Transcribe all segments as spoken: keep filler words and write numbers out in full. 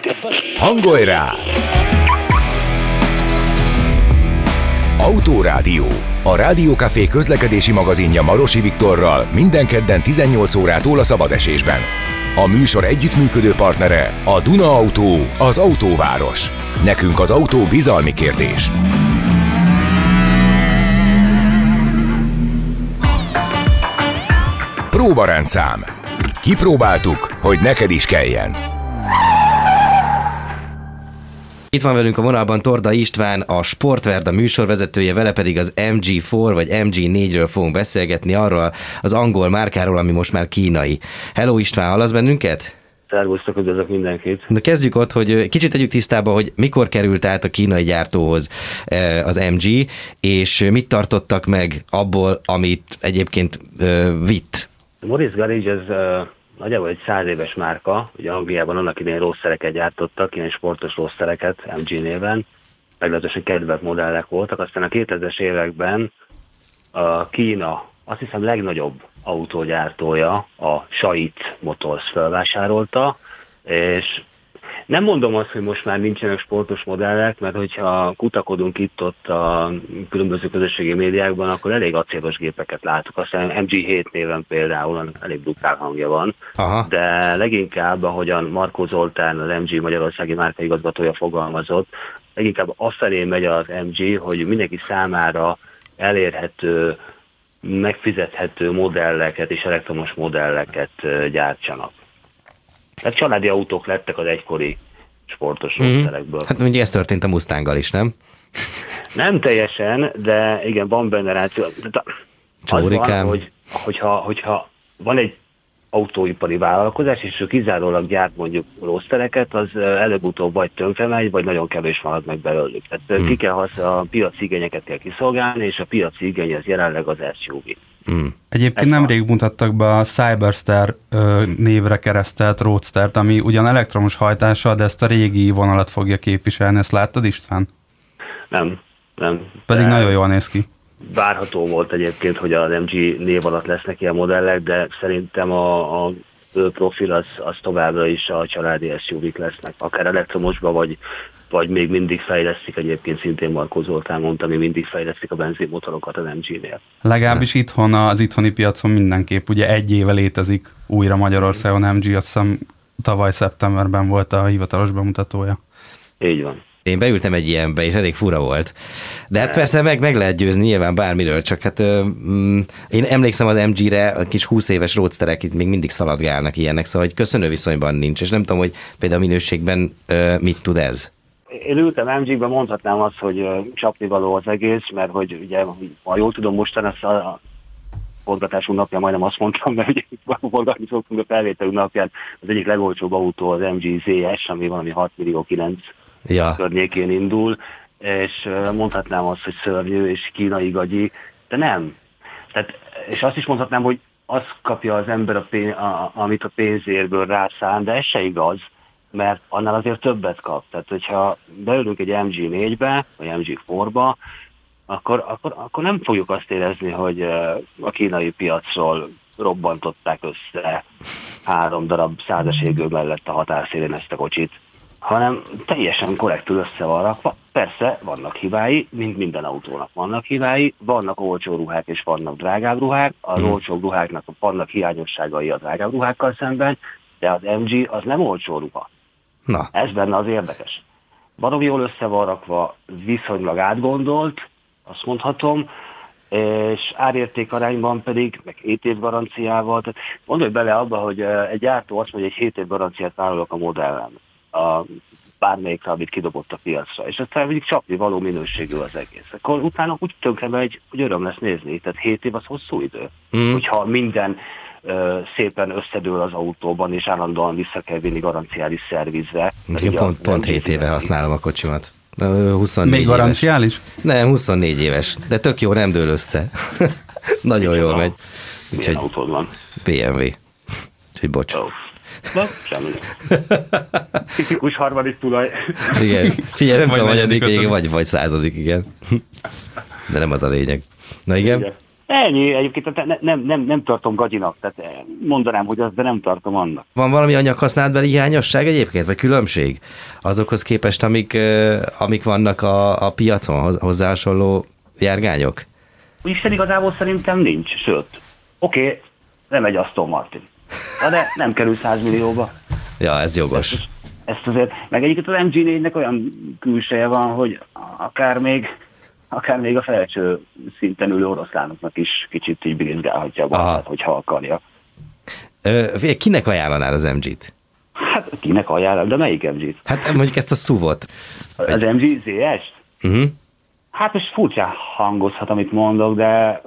Hangolj rá! Autórádió, a Rádiókafé közlekedési magazinja Marosi Viktorral minden kedden tizennyolc órától a szabadesésben. A műsor együttműködő partnere a Duna Autó, az autóváros. Nekünk az autó bizalmi kérdés. Próbarendszám. Kipróbáltuk, hogy neked is kelljen. Itt van velünk a vonalban Torda István, a Sportverda műsorvezetője, vele pedig az em gé négy vagy em gé négyről fogunk beszélgetni, arról az angol márkáról, ami most már kínai. Hello István, hallasz bennünket? Szervusztok, üdvözlök mindenkit. Na kezdjük ott, hogy kicsit tegyük tisztába, hogy mikor került át a kínai gyártóhoz az em gé, és mit tartottak meg abból, amit egyébként vitt. A Morris Garage ez uh, nagyjából egy száz éves márka, ugye Angliában annak idején rószereket gyártottak, ilyen sportos rószereket em gé néven, meglehetősen kedvelt modellek voltak, aztán a kétezres években a Kína azt hiszem legnagyobb autógyártója, a Shait Motors felvásárolta, és nem mondom azt, hogy most már nincsenek sportos modellek, mert hogyha kutakodunk itt-ott a különböző közösségi médiákban, akkor elég acélos gépeket látok. Aztán em gé hét néven például elég brutál hangja van. Aha. De leginkább, ahogyan Markó Zoltán, az em gé magyarországi márkaigazgatója fogalmazott, leginkább afelé megy az em gé, hogy mindenki számára elérhető, megfizethető modelleket és elektromos modelleket gyártsanak. Tehát családi autók lettek az egykori sportos módszerekből. Mm. Hát ugye ez történt a Mustanggal is, nem? Nem teljesen, de igen, van benne ráció. Az van, hogy, hogyha, hogyha van egy autóipari vállalkozás, és ő kizárólag gyárt mondjuk rosztereket, az előbb-utóbb vagy tönkre megy, vagy nagyon kevés marad meg belőlük. Tehát mm. ki kell használni, a piaci igényeket kell kiszolgálni, és a piaci igény az jelenleg az es u vé. Mm. Egyébként nemrég mutattak be a Cyberstar ö, névre keresztelt Roadstert, ami ugyan elektromos hajtással, de ezt a régi vonalat fogja képviselni. Ezt láttad, István? Nem, nem. Pedig de nagyon jól néz ki. Várható volt egyébként, hogy az em gé név alatt lesznek ilyen modellek, de szerintem a, a profil az, az továbbra is a családi es u vék lesznek, akár elektromosba, vagy, vagy még mindig fejlesztik, egyébként szintén Markó Zoltán mondta, mi mindig fejlesztik a benzinmotorokat az em génél. Legalábbis itthon, az itthoni piacon mindenképp, ugye egy éve létezik újra Magyarországon em gé, azt hiszem tavaly szeptemberben volt a hivatalos bemutatója. Így van. Én beültem egy ilyenbe, és elég fura volt. De hát persze meg, meg lehet győzni nyilván bármiről, csak hát mm, én emlékszem az em gére, a kis húsz éves roadsterek itt még mindig szaladgálnak ilyenek, szóval hogy köszönő viszonyban nincs, és nem tudom, hogy például a minőségben ö, mit tud ez. Én ültem em gébe, mondhatnám azt, hogy csapnivaló az egész, mert hogy ugye, ha jól tudom, mostan ezt a forgatásunk napján majdnem azt mondtam, mert ugye forgatni szoktunk a felvételünk napján, az egyik legolcsóbb autó az em gé zé es, ami valami hat millió kilenc ja. környékén indul, és mondhatnám azt, hogy szörnyű és kínai gagyi, de nem. Tehát, és azt is mondhatnám, hogy azt kapja az ember, a pénz, a, amit a pénzérből rászán, de ez se igaz, mert annál azért többet kap. Tehát, hogyha beülünk egy em gé négybe, vagy em gé négybe, akkor, akkor, akkor nem fogjuk azt érezni, hogy a kínai piacról robbantották össze három darab százas égő mellett a határszélén ezt a kocsit, hanem teljesen korrektül össze van rakva. Persze vannak hibái, mint minden autónak vannak hibái, vannak olcsó ruhák és vannak drágább ruhák, az hmm. olcsó ruháknak vannak hiányosságai a drágább ruhákkal szemben, de az em gé az nem olcsó ruha. Na. Ez benne az érdekes. Valami jól össze van rakva, viszonylag átgondolt, azt mondhatom, és árérték arányban pedig, meg hét év garanciával, tehát gondolj bele abba, hogy egy gyártó azt mondja, hogy egy hét év garanciát vállalok a modellen, a bármelyikre, amit kidobott a piacra, és aztán mondjuk csapni való minőségű az egész. Akkor utána úgy tönkre megy, hogy öröm lesz nézni, tehát hét év az hosszú idő. Mm. Hogyha minden uh, szépen összedől az autóban, és állandóan vissza kell vinni garanciális szervizre. Én pont, pont hét éve használom a kocsimat. huszonnégy Még garanciális? Éves. Nem, huszonnégy éves, de tök jó, nem dől össze. Nagyon jól megy. Milyen autód van? bé em vé. Úgyhogy bocs. Oh. Na, semmi. Tipikus harmadik tulaj. Igen. Figyelj, nem tudom, hogy eddig, vagy, vagy századik, igen. De nem az a lényeg. Na igen? Ennyi, egyébként ne, nem, nem, nem tartom gagyinak, tehát mondanám, hogy az, de nem tartom annak. Van valami anyaghasználatbeli hiányosság egyébként, vagy különbség azokhoz képest, amik, amik vannak a, a piacon, hozzá hasonló járgányok? Isten igazából szerintem nincs, sőt, oké, okay, nem egy Aston Martin, de nem kerül száz millióba. Ja, ez jogos. Ezt, ezt azért, meg egyébként az em gé négynek olyan külseje van, hogy akár még akár még a felső szinten ülő oroszlánoknak is kicsit így birizgálhatja a balát, hogyha akarja. Ö, kinek ajánlanád az em gét? Hát kinek ajánlom, de melyik em gét? Hát mondjuk ezt a szuvot. Az em gé zé est? Uh-huh. Hát most furcsa hangozhat, amit mondok, de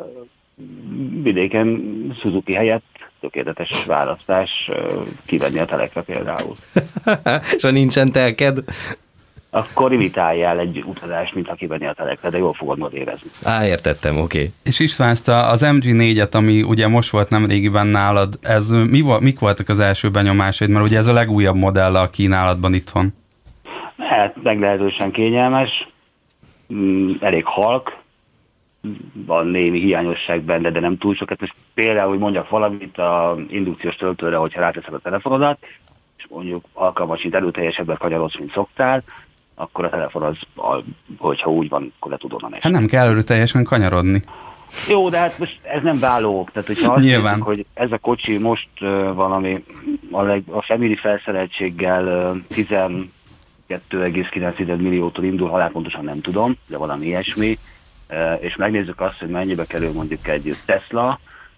vidéken Suzuki helyett tökéletes választás kivenni a telekre például. És ha nincsen telked? Akkor imitáljál egy utazást, mint ha kivenni a telekre, de jól fogod majd érezni. Á, értettem, oké. Okay. És István, ezt az em gé négyet, ami ugye most volt nemrégiben nálad, ez mi, mik voltak az első benyomásaid? Mert ugye ez a legújabb modell a kínálatban itthon. Hát meglehetősen kényelmes, elég halk, van némi hiányosság benne, de nem túl sokat. Most például, hogy mondjak valamit a indukciós töltőre, hogyha ráteszed a telefonodat, és mondjuk alkalmasint erőteljesebben kanyarodsz, mint szoktál, akkor a telefon az, hogyha úgy van, akkor le tud onnan esni. Hát nem kell erőteljesen kanyarodni. Jó, de hát most ez nem válók. Tehát, hogyha azt mondjuk, hogy ez a kocsi most uh, valami a, leg, a family felszereltséggel uh, tizenkettő egész kilenc milliótól indul, halál pontosan nem tudom, de valami ilyesmi, uh, és megnézzük azt, hogy mennyibe kerül mondjuk egy Tesla,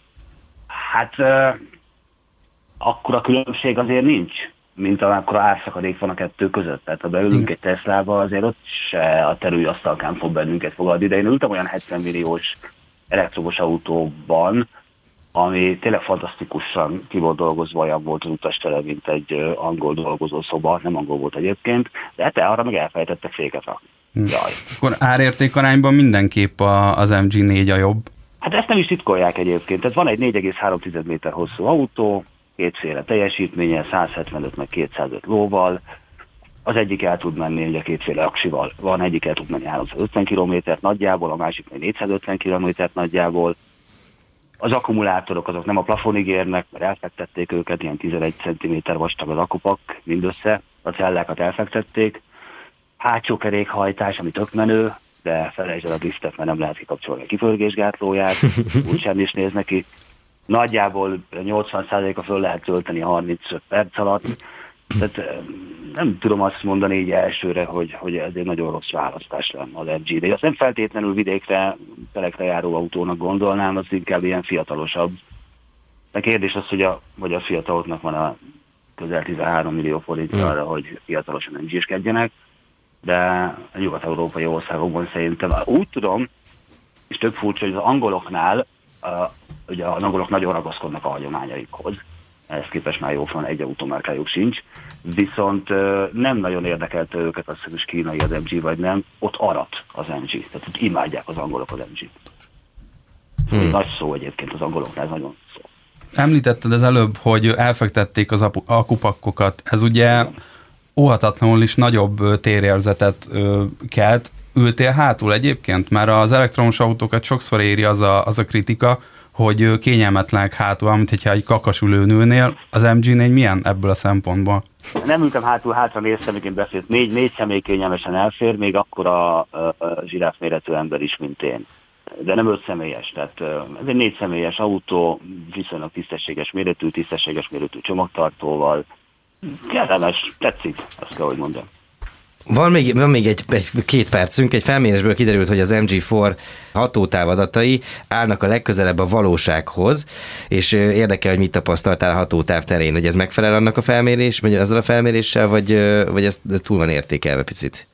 hát uh, akkor a különbség azért nincs, mint amikor árszakadék van a kettő között. Tehát ha beülünk egy Teslába, azért ott se a terülyasztalkán fog bennünket fogadni, de én ültem olyan hetven milliós elektromos autóban, ami tényleg fantasztikusan ki volt dolgozva, olyan volt az utastere, mint egy angol dolgozószoba, nem angol volt egyébként, de hát arra meg elfelejtettek féket rakni. Jaj. Akkor árértékarányban mindenképp a, az em gé négy a jobb. Hát ezt nem is titkolják egyébként. Tehát van egy négy egész három méter hosszú autó, kétféle teljesítménye, száz hetvenöt meg kétszázöt lóval. Az egyik el tud menni ugye kétféle aksival. Van egyik el tud menni háromszázötven kilométert nagyjából, a másik meg négyszázötven kilométert nagyjából. Az akkumulátorok azok nem a plafonig érnek, mert elfektették őket, ilyen tizenegy centiméter vastag az akupak mindössze, a cellákat elfektették. Hátsó kerékhajtás, ami tök menő, de felejtsd el a driftet, mert nem lehet kikapcsolni a kiförgésgátlóját, úgysem is néz neki. Nagyjából nyolcvan százaléka föl lehet tölteni harmincöt perc alatt. Tehát nem tudom azt mondani így elsőre, hogy, hogy ez egy nagyon rossz választás lenne az em gé. De azt nem feltétlenül vidékre, telekre járó autónak gondolnám, az inkább ilyen fiatalosabb. De kérdés az, hogy a, hogy a fiataloknak van a közel tizenhárom millió forintja arra, hogy fiatalosan em géskedjenek, de a nyugat-európai országokban szerintem úgy tudom, és tök furcsa, hogy az angoloknál uh, ugye az angolok nagyon ragaszkodnak a hagyományaikhoz, ehhez képest már jó van, egy automárkájuk sincs, viszont uh, nem nagyon érdekelte őket azt, hogy most kínai az em gé vagy nem, ott arat az em gé, tehát ott imádják az angolok az em gét. Hmm. Nagy szó egyébként az angoloknál, ez nagyon szó. Említetted az előbb, hogy elfektették az akupakkokat, ez ugye óhatatlanul is nagyobb térérzetet ö, kelt. Ültél hátul egyébként? Mert az elektromos autókat sokszor éri az a, az a kritika, hogy kényelmetlenek hátul, mint hogyha egy kakasülőn ülnél. Az em gé négy milyen ebből a szempontból? Nem ültem hátul, hátra néztem, miként beszélt. Négy, négy személy kényelmesen elfér, még akkor a, a, a zsiráf méretű ember is, mint én. De nem öt személyes, tehát ez egy négy személyes autó, viszonylag tisztességes méretű, tisztességes méretű csomagtartóval. Kellemes, tetszik, azt kell, hogy mondjam. Van még, van még egy, egy két percünk, egy felmérésből kiderült, hogy az em gé négy hatótávadatai állnak a legközelebb a valósághoz, és érdekel, hogy mit tapasztaltál a hatótáv terén, hogy ez megfelel annak a felmérés, vagy ezzel a felméréssel, vagy, vagy ez túl van értékelve picit?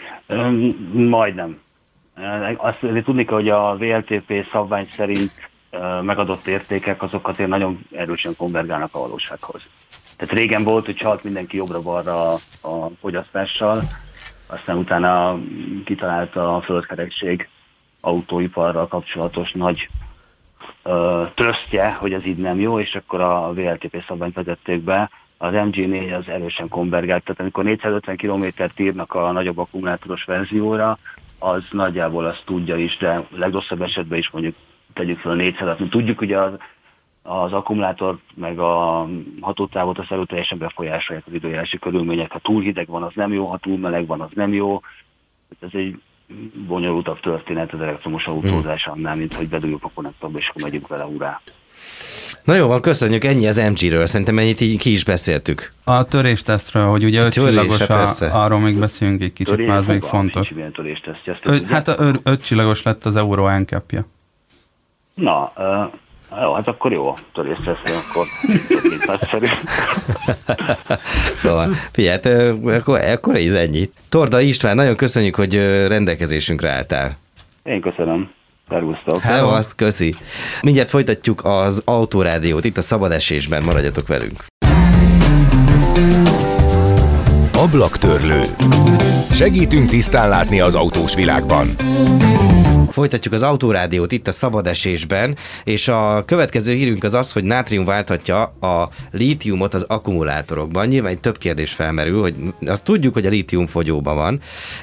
Majdnem. Azt azért tudni kell, hogy a vé el té pé szabvány szerint megadott értékek azok azért nagyon erősen konvergálnak a valósághoz. Tehát régen volt, hogy csalt mindenki jobbra-balra a fogyasztással, aztán utána kitalálta a földkerekség autóiparral kapcsolatos nagy ö, trösztje, hogy ez így nem jó, és akkor a vé el té pé szabványt vezették be. Az em gé négy az erősen konvergált, tehát amikor négyszázötven kilométert írnak a nagyobb akkumulátoros verzióra, az nagyjából azt tudja is, de legrosszabb esetben is mondjuk tegyük fel a négyszázat. Tudjuk, ugye az, az akkumulátor meg a hatótávot azt erőteljesen befolyásolják az időjárási körülmények. Ha túl hideg van, az nem jó, ha túl meleg van, az nem jó. Ez egy bonyolultabb történet az elektromos autózás annál, mint hogy bedugjuk a konnektorba, és akkor megyünk vele, urá. Na jó van, köszönjük, ennyi az em gé-ről. Szerintem ennyit így ki is beszéltük. A töréstesztről, hogy ugye öt csillagos, arról még beszéljünk egy kicsit, mert ez még fontos. Ö, hát a ö, öt csillagos lett az Euro en cap-ja. Na, uh, jó, hát akkor jó, töréstesztről, akkor nagyszerű. Szóval, figyelj, akkor, akkor ez ennyit. Torda István, nagyon köszönjük, hogy rendelkezésünkre álltál. Én köszönöm. Szervusztok. Szevasz, köszi. Mindjárt folytatjuk az Autorádiót, itt a Szabad Esésben, maradjatok velünk. Ablaktörlő. Segítünk tisztán látni az autós világban. Folytatjuk az Autorádiót itt a Szabad Esésben, és a következő hírünk az az, hogy nátrium válthatja a lítiumot az akkumulátorokban. Nyilván több kérdés felmerül, hogy azt tudjuk, hogy a lítium fogyóban van,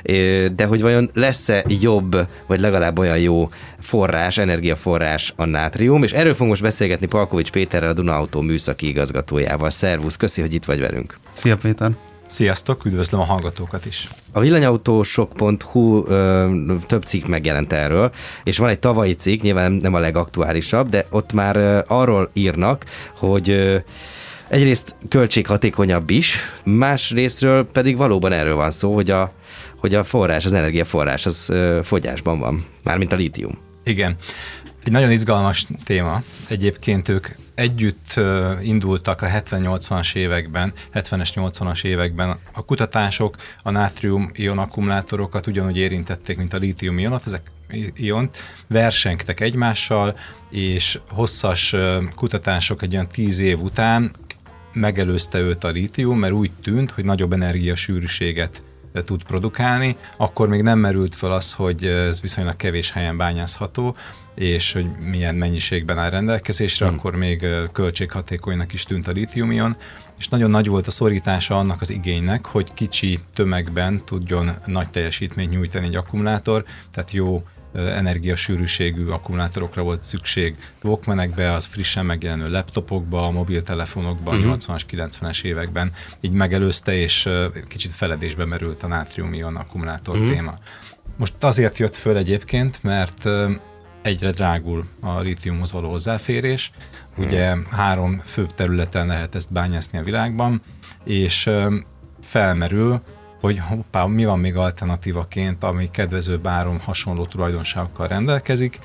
de hogy vajon lesz-e jobb, vagy legalább olyan jó forrás, energiaforrás a nátrium, és erről fogunk most beszélgetni Palkovics Péterrel, a Duna Autó műszaki igazgatójával. Szervusz, köszi, hogy itt vagy velünk. Szia Péter! Sziasztok, üdvözlöm a hallgatókat is. A villanyautósok pont hú ö, több cikk megjelent erről, és van egy tavalyi cikk, nyilván nem a legaktuálisabb, de ott már ö, arról írnak, hogy ö, egyrészt költséghatékonyabb is, másrésztről pedig valóban erről van szó, hogy a, hogy a forrás, az energiaforrás az ö, fogyásban van, mármint a lítium. Igen. Egy nagyon izgalmas téma. Egyébként ők együtt indultak a hetven-nyolcvanas években, hetvenes, nyolcvanas években a kutatások, a nátrium-ion akkumulátorokat ugyanúgy érintették, mint a lítium-ionot, ezek iont, versengtek egymással, és hosszas kutatások egy olyan tíz év után megelőzte őt a lítium, mert úgy tűnt, hogy nagyobb energiasűrűséget tud produkálni, akkor még nem merült fel az, hogy ez viszonylag kevés helyen bányászható, és hogy milyen mennyiségben áll rendelkezésre, hmm. akkor még költséghatékonynak is tűnt a lítium-ion, és nagyon nagy volt a szorítása annak az igénynek, hogy kicsi tömegben tudjon nagy teljesítményt nyújtani egy akkumulátor, tehát jó energiasűrűségű akkumulátorokra volt szükség Walkmanekbe, az frissen megjelenő laptopokba, a mobiltelefonokban, uh-huh. nyolcvanas, kilencvenes években így megelőzte, és kicsit feledésbe merült a nátrium-ion akkumulátor uh-huh. téma. Most azért jött föl egyébként, mert egyre drágul a lítiumhoz való hozzáférés, uh-huh. ugye három főbb területen lehet ezt bányászni a világban, és felmerül, hogy hoppá, mi van még alternatívaként, ami kedvezőbb áron hasonló tulajdonságokkal rendelkezik.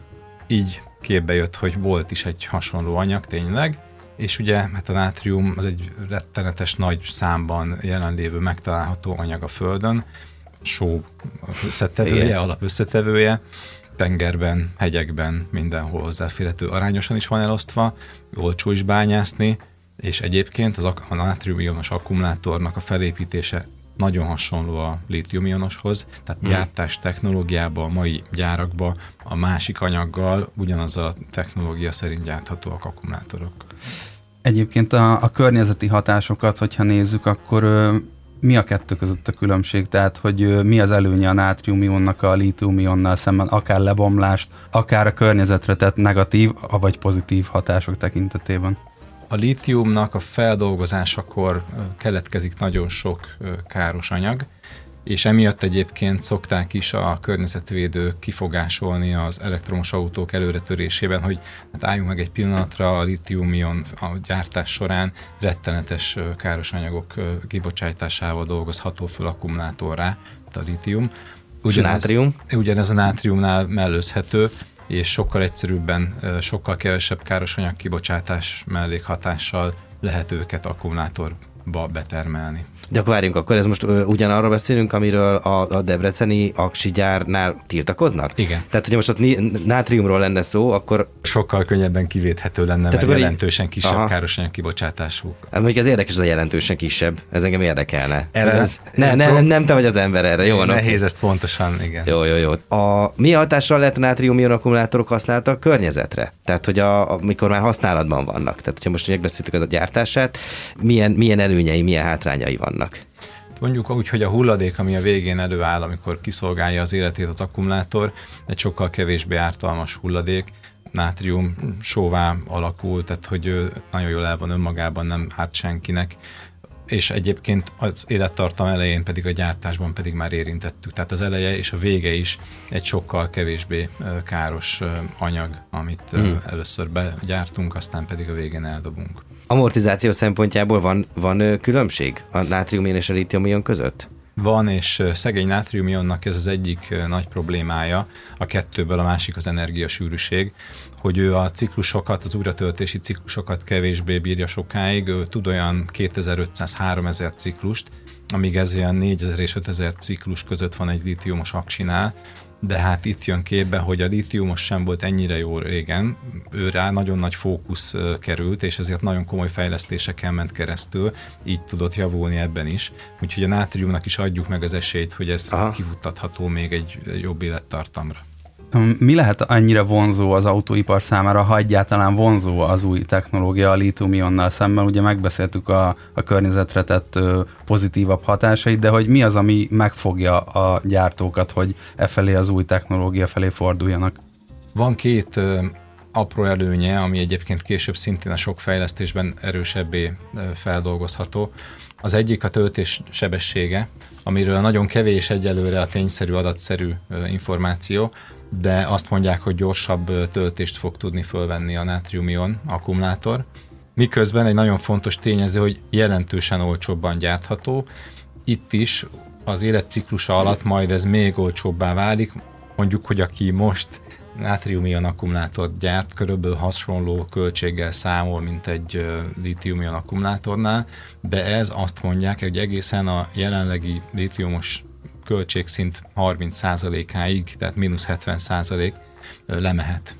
Így képbe jött, hogy volt is egy hasonló anyag tényleg, és ugye hát a nátrium az egy rettenetes nagy számban jelenlévő megtalálható anyag a Földön, só összetevője, alapösszetevője, tengerben, hegyekben, mindenhol hozzáférhető, arányosan is van elosztva, olcsó is bányászni, és egyébként az a nátrium-ionos akkumulátornak a felépítése nagyon hasonló a lítium-ionoshoz, tehát hmm. gyártás technológiában, a mai gyárakban a másik anyaggal ugyanazzal a technológia szerint gyárthatóak akkumulátorok. Egyébként a, a környezeti hatásokat, hogyha nézzük, akkor ö, mi a kettő között a különbség? Tehát, hogy ö, mi az előnye a nátrium-ionnak a lítium-ionnal szemben, akár lebomlást, akár a környezetre tett negatív, vagy pozitív hatások tekintetében? A lítiumnak a feldolgozásakor keletkezik nagyon sok káros anyag, és emiatt egyébként szokták is a környezetvédők kifogásolni az elektromos autók előretörésében, hogy hát álljunk meg egy pillanatra, a lítium-ion a gyártás során rettenetes káros anyagok kibocsátásával dolgozható föl akkumulátorrá, a lítium. Ugyanez, nátrium? Ugyanez a nátriumnál mellőzhető, és sokkal egyszerűbben, sokkal kevesebb káros anyag kibocsátás mellékhatással lehet őket akkumulátorba betermelni. De akkor várjunk, akkor ez most ö, ugyanarra beszélünk, amiről a, a debreceni aksi gyárnál tiltakoznak? Igen. Tehát, hogyha most ott nátriumról lenne szó, akkor... Sokkal könnyebben kivéthető lenne, tehát mert jelentősen kisebb aha. káros anyag kibocsátású. Hát mondjuk ez érdekes, ez a jelentősen kisebb. Ez engem érdekelne. Erre ez, ne, ne, nem, nem te vagy az ember erre. Jó, nehéz no? ezt pontosan, igen. Jó, jó, jó. A, mi hatással lehet a nátrium-ion akkumulátorok használata a környezetre? Tehát, hogy a, amikor már használatban vannak. Tehát, hogyha most megbeszéltük a gyártását, milyen, milyen előnyei, milyen hátrányai vannak? Mondjuk úgy, hogy a hulladék, ami a végén előáll, amikor kiszolgálja az életét az akkumulátor, egy sokkal kevésbé ártalmas hulladék, nátrium sóvá alakul, tehát hogy nagyon jól el van önmagában, nem árt senkinek, és egyébként az élettartam elején pedig a gyártásban pedig már érintettük. Tehát az eleje és a vége is egy sokkal kevésbé káros anyag, amit hmm. először begyártunk, aztán pedig a végén eldobunk. Amortizáció szempontjából van, van különbség a nátrium-ion és a lítium-ion között? Van, és szegény nátrium-ionnak ez az egyik nagy problémája, a kettőből a másik az energiasűrűség, hogy ő a ciklusokat, az újratöltési ciklusokat kevésbé bírja sokáig, ő tud olyan kétezer-ötszáz-háromezer ciklust, amíg ez olyan négyezer és ötezer ciklus között van egy lítiumos aksinál, de hát itt jön képbe, hogy a lítiumos sem volt ennyire jó régen, ő rá nagyon nagy fókusz került, és ezért nagyon komoly fejlesztéseken ment keresztül, így tudott javulni ebben is. Úgyhogy a nátriumnak is adjuk meg az esélyt, hogy ez Aha. kifuttatható még egy jobb élettartamra. Mi lehet annyira vonzó az autóipar számára, ha egyáltalán vonzó az új technológia a lítium-ionnal szemben? Ugye megbeszéltük a, a környezetre tett ö, pozitívabb hatásait, de hogy mi az, ami megfogja a gyártókat, hogy e felé az új technológia felé forduljanak? Van két ö, apró előnye, ami egyébként később szintén a sok fejlesztésben erősebbé ö, feldolgozható. Az egyik a töltés sebessége, amiről nagyon kevés egyelőre a tényszerű, adatszerű ö, információ, de azt mondják, hogy gyorsabb töltést fog tudni fölvenni a nátrium-ion akkumulátor. Miközben egy nagyon fontos tényező, hogy jelentősen olcsóbban gyártható. Itt is az életciklusa alatt majd ez még olcsóbbá válik. Mondjuk, hogy aki most nátrium-ion akkumulátort gyárt, körülbelül hasonló költséggel számol, mint egy lítium-ion akkumulátornál, de ez azt mondják, hogy egészen a jelenlegi lítiumos költségszint harminc százalékáig, tehát mínusz hetven százalék lemehet.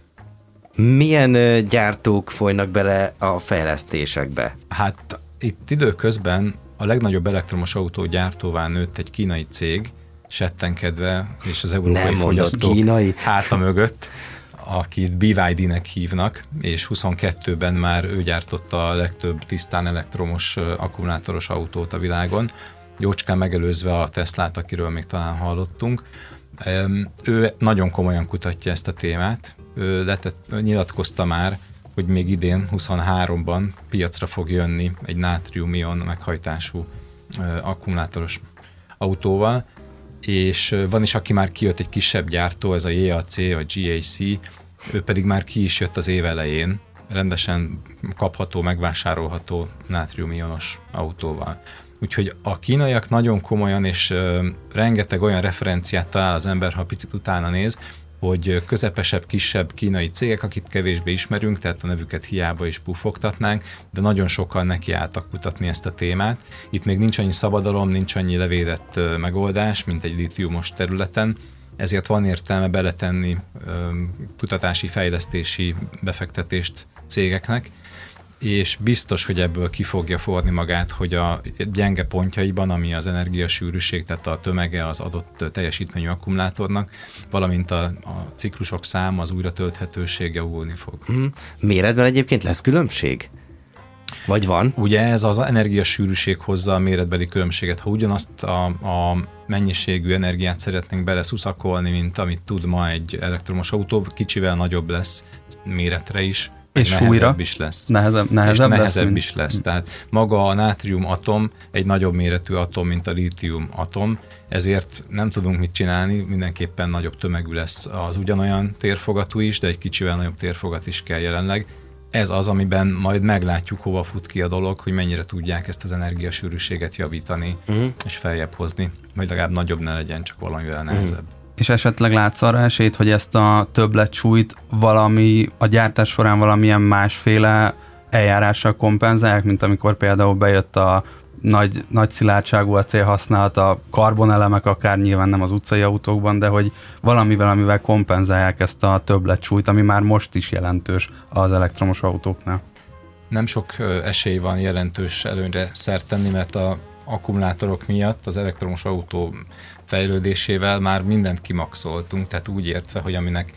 Milyen gyártók folynak bele a fejlesztésekbe? Hát itt időközben a legnagyobb elektromos autó gyártóvá nőtt egy kínai cég, settenkedve, és az európai fogyasztók háta mögött, akit bé vé dé-nek hívnak, és huszonkettőben már ő gyártotta a legtöbb tisztán elektromos akkumulátoros autót a világon, jócskán megelőzve a Teslát, akiről még talán hallottunk. Ő nagyon komolyan kutatja ezt a témát, ő letett, nyilatkozta már, hogy még idén, huszonháromban piacra fog jönni egy nátrium-ion meghajtású akkumulátoros autóval, és van is, aki már kijött, egy kisebb gyártó, ez a jé á cé, vagy gé á cé, ő pedig már ki is jött az év elején, rendesen kapható, megvásárolható nátrium-ionos autóval. Úgyhogy a kínaiak nagyon komolyan, és uh, rengeteg olyan referenciát talál az ember, ha picit utána néz, hogy közepesebb, kisebb kínai cégek, akit kevésbé ismerünk, tehát a nevüket hiába is pufogtatnánk, de nagyon sokan nekiálltak kutatni ezt a témát. Itt még nincs annyi szabadalom, nincs annyi levédett uh, megoldás, mint egy lítiumos területen, ezért van értelme beletenni um, kutatási, fejlesztési befektetést cégeknek, és biztos, hogy ebből ki fogja forni magát, hogy a gyenge pontjaiban, ami az energiasűrűség, tehát a tömege az adott teljesítményű akkumulátornak, valamint a, a ciklusok száma, az újratölthetőség javulni fog. Mm. Méretben egyébként lesz különbség? Vagy van? Ugye ez az energiasűrűség hozza a méretbeli különbséget. Ha ugyanazt a, a mennyiségű energiát szeretnénk beleszuszakolni, mint amit tud ma egy elektromos autó, kicsivel nagyobb lesz méretre is, és nehezebb újra is lesz. Nehezebb, nehezebb, és nehezebb lesz, is lesz. Tehát maga a nátrium atom egy nagyobb méretű atom, mint a lítium atom, ezért nem tudunk mit csinálni, mindenképpen nagyobb tömegű lesz az ugyanolyan térfogatú is, de egy kicsivel nagyobb térfogat is kell jelenleg. Ez az, amiben majd meglátjuk, hova fut ki a dolog, hogy mennyire tudják ezt az energiasűrűséget javítani, uh-huh. és feljebb hozni, vagy legalább nagyobb ne legyen, csak valamivel nehezebb. Uh-huh. És esetleg látsz arra esélyt, hogy ezt a többletcsúlyt valami a gyártás során valamilyen másféle eljárással kompenzálják, mint amikor például bejött a nagy, nagy szilárdságú acél használat, a karbonelemek, akár nyilván nem az utcai autókban, de hogy valamivel, amivel kompenzálják ezt a többletcsúlyt, ami már most is jelentős az elektromos autóknál. Nem sok esély van jelentős előnyre szert tenni, mert a akkumulátorok miatt az elektromos autó fejlődésével már mindent kimaxoltunk, tehát úgy értve, hogy aminek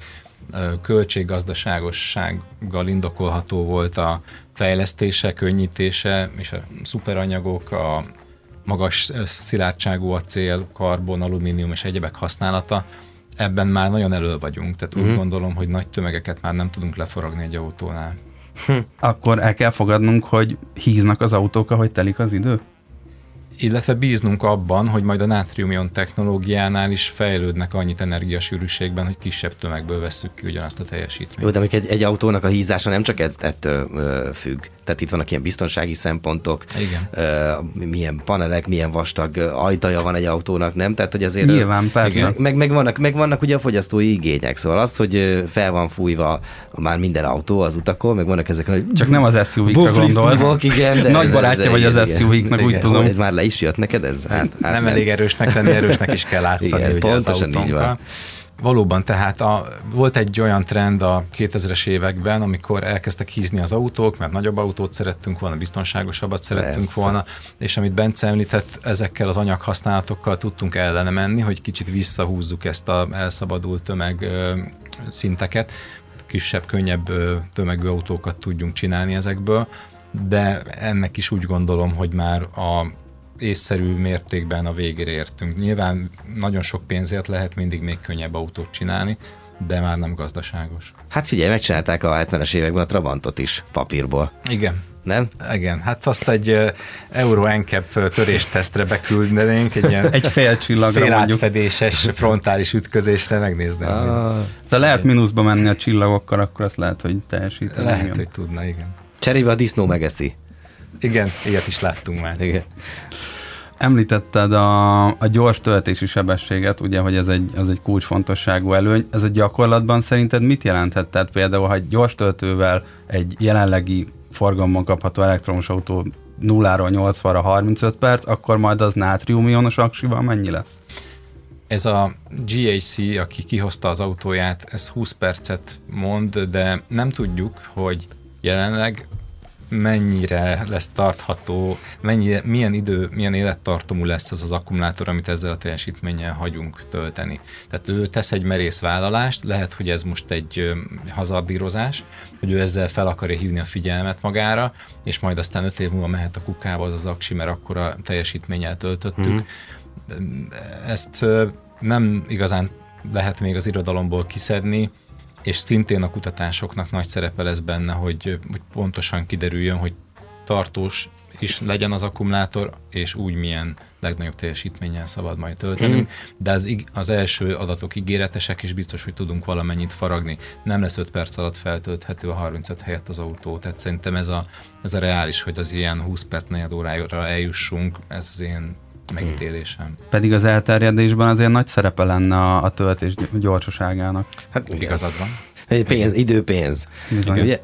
költséggazdaságossággal indokolható volt a fejlesztése, könnyítése, és a szuperanyagok, a magas szilárdságú acél, karbon, alumínium és egyebek használata, ebben már nagyon elő vagyunk, tehát Mhm. úgy gondolom, hogy nagy tömegeket már nem tudunk leforogni egy autónál. Akkor el kell fogadnunk, hogy híznak az autók, ahogy telik az idő? Illetve bíznunk abban, hogy majd a nátrium-ion technológiánál is fejlődnek annyit energiasűrűségben, hogy kisebb tömegből vesszük ki ugyanazt a teljesítményt. Jó, de amikor egy, egy autónak a hízása nem csak ez- ettől ö, függ. Tehát itt vannak ilyen biztonsági szempontok, Igen. ö, milyen panelek, milyen vastag ö, ajtaja van egy autónak, nem? Tehát, hogy azért... Nyilván, persze. Meg, meg, meg, vannak, meg vannak ugye a fogyasztói igények, szóval az, hogy ö, fel van fújva már minden autó az utakon, meg vannak ezek a... Csak nem az es u vé-kra gondolsz. Bufliszívok, igen, de... Nagy barátja de- vagy az igen, es u vé-knek, igen. úgy tudom. Hogy már le is jött neked ez? Hát, hát nem nem. elég erősnek lenni, erősnek is kell látszani Igen, ugye az pontosan így van. autónkkal. Valóban, tehát a, volt egy olyan trend a kétezres években, amikor elkezdtek hízni az autók, mert nagyobb autót szerettünk volna, biztonságosabbat szerettünk Persze. volna, és amit Bence említett, ezekkel az anyaghasználatokkal tudtunk ellene menni, hogy kicsit visszahúzzuk ezt a elszabadult tömeg ö, szinteket, kisebb, könnyebb ö, tömegű autókat tudjunk csinálni ezekből, de ennek is úgy gondolom, hogy már a észszerű mértékben a végére értünk. Nyilván nagyon sok pénzért lehet mindig még könnyebb autót csinálni, de már nem gazdaságos. Hát figyelj, megcsinálták a hetvenes években a Trabantot is papírból, Igen. nem? Igen, hát azt egy uh, Euro en cap töréstesztre beküldenénk, egy ilyen Egy fél csillagra mondjuk. félátfedéses frontális ütközésre megnézném. Ah, De lehet mínuszba menni a csillagokkal, akkor azt lehet, hogy teljesíteni. Lehet, igen. hogy tudna, igen. cserébe a disznó megeszi. Igen, ilyet is láttunk már. Igen. Említetted a, a gyors töltési sebességet, ugye, hogy ez egy, az egy kulcsfontosságú előny. Ez a gyakorlatban szerinted mit jelenthet? Tehát például, ha egy gyors töltővel egy jelenlegi forgalomban kapható elektromos autó nulláról nyolcvanra harmincöt perc, akkor majd az nátrium-ionos aksival mennyi lesz? Ez a gé há cé, aki kihozta az autóját, ez húsz percet mond, de nem tudjuk, hogy jelenleg mennyire lesz tartható, mennyi, milyen idő, milyen élettartamú lesz az az akkumulátor, amit ezzel a teljesítménnyel hagyunk tölteni. Tehát ő tesz egy merész vállalást, lehet, hogy ez most egy ö, hazardírozás, hogy ő ezzel fel akarja hívni a figyelmet magára, és majd aztán öt év múlva mehet a kukába az az aksi, mert akkor a teljesítménnyel töltöttük. Mm-hmm. Ezt ö, nem igazán lehet még az irodalomból kiszedni, és szintén a kutatásoknak nagy szerepe lesz benne, hogy, hogy pontosan kiderüljön, hogy tartós is legyen az akkumulátor, és úgy milyen legnagyobb teljesítménnyel szabad majd töltenünk, mm. de az, az első adatok ígéretesek, és biztos, hogy tudunk valamennyit faragni. Nem lesz öt perc alatt feltölthető a harmincöt helyett az autó, tehát szerintem ez a, ez a reális, hogy az ilyen húsz perc, negyed órára eljussunk, ez az én megítélésem. Pedig az elterjedésben azért nagy szerepe lenne a, a töltés gyorsaságának. Hát igen. Igazad van. Pénz, idő, pénz. Bizony. Ugye?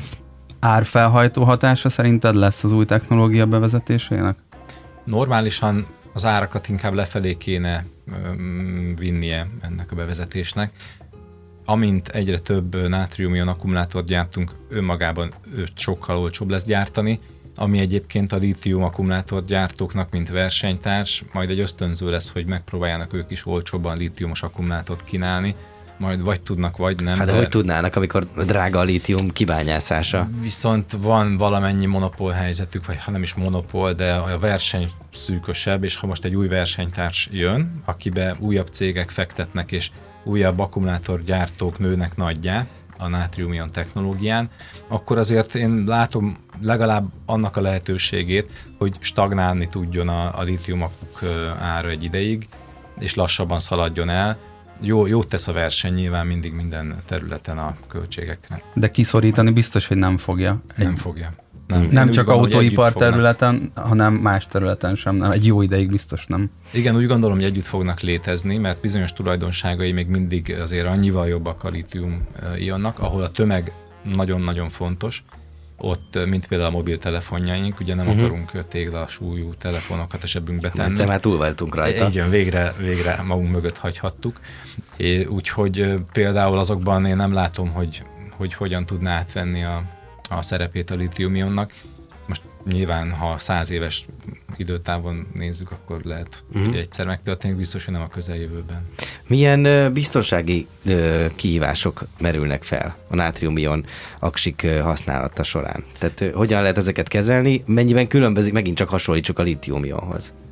Árfelhajtó hatása szerinted lesz az új technológia bevezetésének? Normálisan az árakat inkább lefelé kéne öm, vinnie ennek a bevezetésnek. Amint egyre több nátrium-ion akkumulátort gyártunk, önmagában ő sokkal olcsóbb lesz gyártani, ami egyébként a lítium akkumulátor gyártóknak, mint versenytárs, majd egy ösztönző lesz, hogy megpróbáljanak ők is olcsóbban lítiumos akkumulátort kínálni, majd vagy tudnak, vagy nem. Hát de, de hogy tudnának, amikor drága a lítium kibányászása? Viszont van valamennyi monopól helyzetük, vagy ha nem is monopól, de a verseny szűkösebb, és ha most egy új versenytárs jön, akibe újabb cégek fektetnek, és újabb akkumulátorgyártók nőnek nagyjá a nátrium-ion technológián, akkor azért én látom legalább annak a lehetőségét, hogy stagnálni tudjon a, a lítiumakuk ára egy ideig, és lassabban szaladjon el. Jó, jót tesz a verseny nyilván mindig minden területen a költségeknek. De kiszorítani biztos, hogy nem fogja. Egy, Nem fogja. Nem, nem Én csak úgy gondolom, hogy autóipar együtt fognak- területen, hanem más területen sem. Nem. Egy jó ideig biztos nem. Igen, úgy gondolom, hogy együtt fognak létezni, mert bizonyos tulajdonságai még mindig azért annyival jobbak a lítium-ionnak, ahol a tömeg nagyon-nagyon fontos, ott, mint például a mobiltelefonjaink, ugye nem uh-huh. akarunk téglasúlyú telefonokat a zsebünkbe tenni. Egyszer már túl voltunk rajta. Így jön, végre, végre magunk mögött hagyhattuk. É, úgyhogy például azokban én nem látom, hogy, hogy hogyan tudná átvenni a, a szerepét a lítium-ionnak. Most nyilván, ha száz éves időtávon nézzük, akkor lehet, uh-huh. hogy egyszer megtörténik, biztos, hogy nem a közeljövőben. Milyen ö, biztonsági ö, kihívások merülnek fel a nátrium-ion aksik ö, használata során? Tehát ö, hogyan lehet ezeket kezelni? Mennyiben különbözik, megint csak hasonlítsuk a lítium-ionhoz?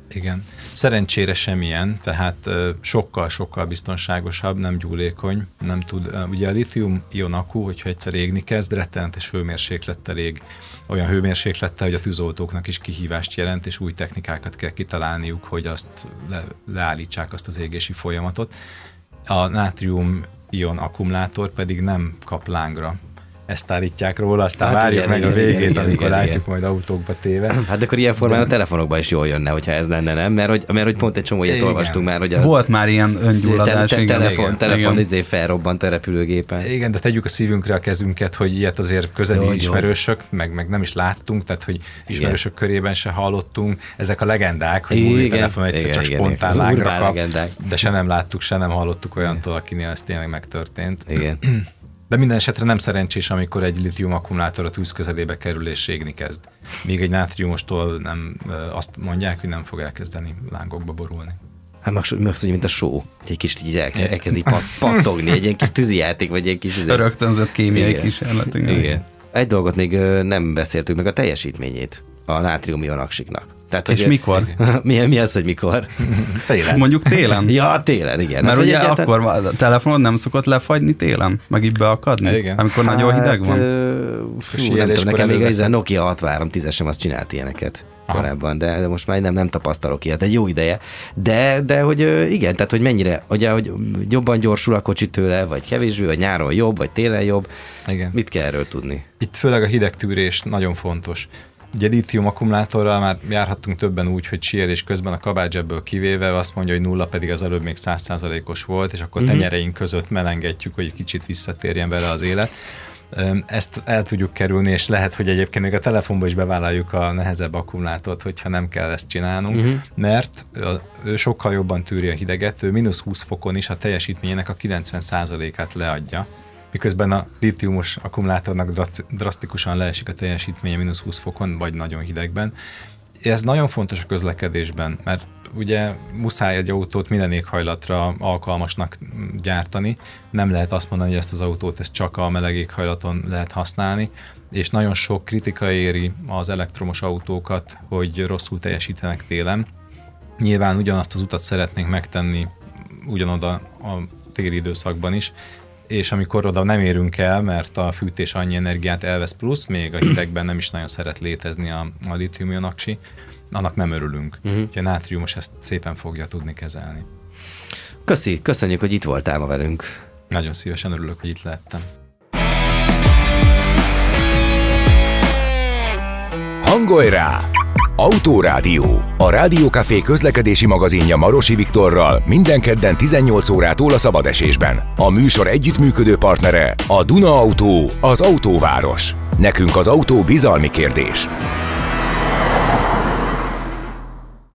Igen. Szerencsére semmilyen, tehát sokkal-sokkal biztonságosabb, nem gyúlékony, nem tud. Ugye a litium-ion akku, hogyha egyszer égni kezd, rettenetes hőmérséklettel ég, olyan hőmérséklettel, hogy a tűzoltóknak is kihívást jelent, és új technikákat kell kitalálniuk, hogy azt le, leállítsák azt az égési folyamatot. A nátrium-ion akkumulátor pedig nem kap lángra. Ezt állítják róla, aztán hát várjuk igen, meg igen, a végét, igen, amikor igen, látjuk igen. majd autókba téve. Hát akkor ilyen formán de... a telefonokban is jól jönne, hogyha ez lenne, nem? Mert hogy, mert hogy pont egy csomó ilyet olvastunk már, hogy a... Volt már ilyen öngyulladás. Te, te, telefon, igen. telefon izé felrobbant a repülőgépen. Igen, de tegyük a szívünkre a kezünket, hogy ilyet azért közeli jó, ismerősök, meg, meg nem is láttunk, tehát hogy ismerősök igen. körében se hallottunk. Ezek a legendák, hogy új telefon egyszer igen, csak igen, spontán igen. lángra kap, legendák. De se nem láttuk, se nem hallottuk olyantól, akinél ez tényleg megtörtént. Igen. De minden esetre nem szerencsés, amikor egy litium akkumulátor a tűz közelébe kerül és égni kezd. Míg egy nátriumostól nem, azt mondják, hogy nem fog elkezdeni lángokba borulni. Hát meg mint a só, egy kis így elkezd így pattogni, egy ilyen kis tűzijáték, vagy egy kis... Rögtönzött kémiai kísérlet. Igen. Egy dolgot még nem beszéltünk meg, a teljesítményét a nátrium-ion aksiknak. Tehát, és hogy mikor? mi, mi az, hogy mikor? Télen. Mondjuk télen? Ja, télen, igen. Mert hát, ugye egyáltalán... akkor a telefonod nem szokott lefagyni télen? Meg így beakadni? Igen. Amikor hát, nagyon hideg van? Fú, nem tudom, nekem még a Nokia hatvanhárom-tízesem azt csinált ilyeneket aha. korábban, de, de most már nem, nem tapasztalok ilyet, egy jó ideje. De, de hogy igen, tehát hogy mennyire, ugye, hogy jobban gyorsul a kocsi tőle, vagy kevésbé, vagy nyáron jobb, vagy télen jobb. Igen. Mit kell erről tudni? Itt főleg a hidegtűrés nagyon fontos. Ugye lítium akkumulátorral már járhattunk többen úgy, hogy síelés közben a kabátzsebből kivéve azt mondja, hogy nulla, pedig az előbb még száz százalékos volt, és akkor uh-huh. tenyereink között melengetjük, hogy kicsit visszatérjen vele az élet. Ezt el tudjuk kerülni, és lehet, hogy egyébként még a telefonban is bevállaljuk a nehezebb akkumulátort, hogyha nem kell ezt csinálnunk, uh-huh. mert ő sokkal jobban tűri a hideget, ő mínusz húsz fokon is a teljesítményének a kilencven százalékát leadja, miközben a lítiumos akkumulátornak drasztikusan leesik a teljesítménye mínusz húsz fokon, vagy nagyon hidegben. Ez nagyon fontos a közlekedésben, mert ugye muszáj egy autót minden éghajlatra alkalmasnak gyártani. Nem lehet azt mondani, hogy ezt az autót ezt csak a meleg éghajlaton lehet használni, és nagyon sok kritika éri az elektromos autókat, hogy rosszul teljesítenek télen. Nyilván ugyanazt az utat szeretnénk megtenni ugyanoda a téli időszakban is, és amikor oda nem érünk el, mert a fűtés annyi energiát elvesz, plusz még a hidegben nem is nagyon szeret létezni a, a litium-ion aksi, annak nem örülünk. Uh-huh. Úgyhogy a nátriumos ezt szépen fogja tudni kezelni. Köszi, köszönjük, hogy itt voltál ma velünk. Nagyon szívesen örülök, hogy itt lehettem. Hangolj rá! Autórádió. A Rádiókafé közlekedési magazinja Marosi Viktorral minden kedden tizennyolc órától a szabadesésben. A műsor együttműködő partnere a Duna Autó, az autóváros. Nekünk az autó bizalmi kérdés.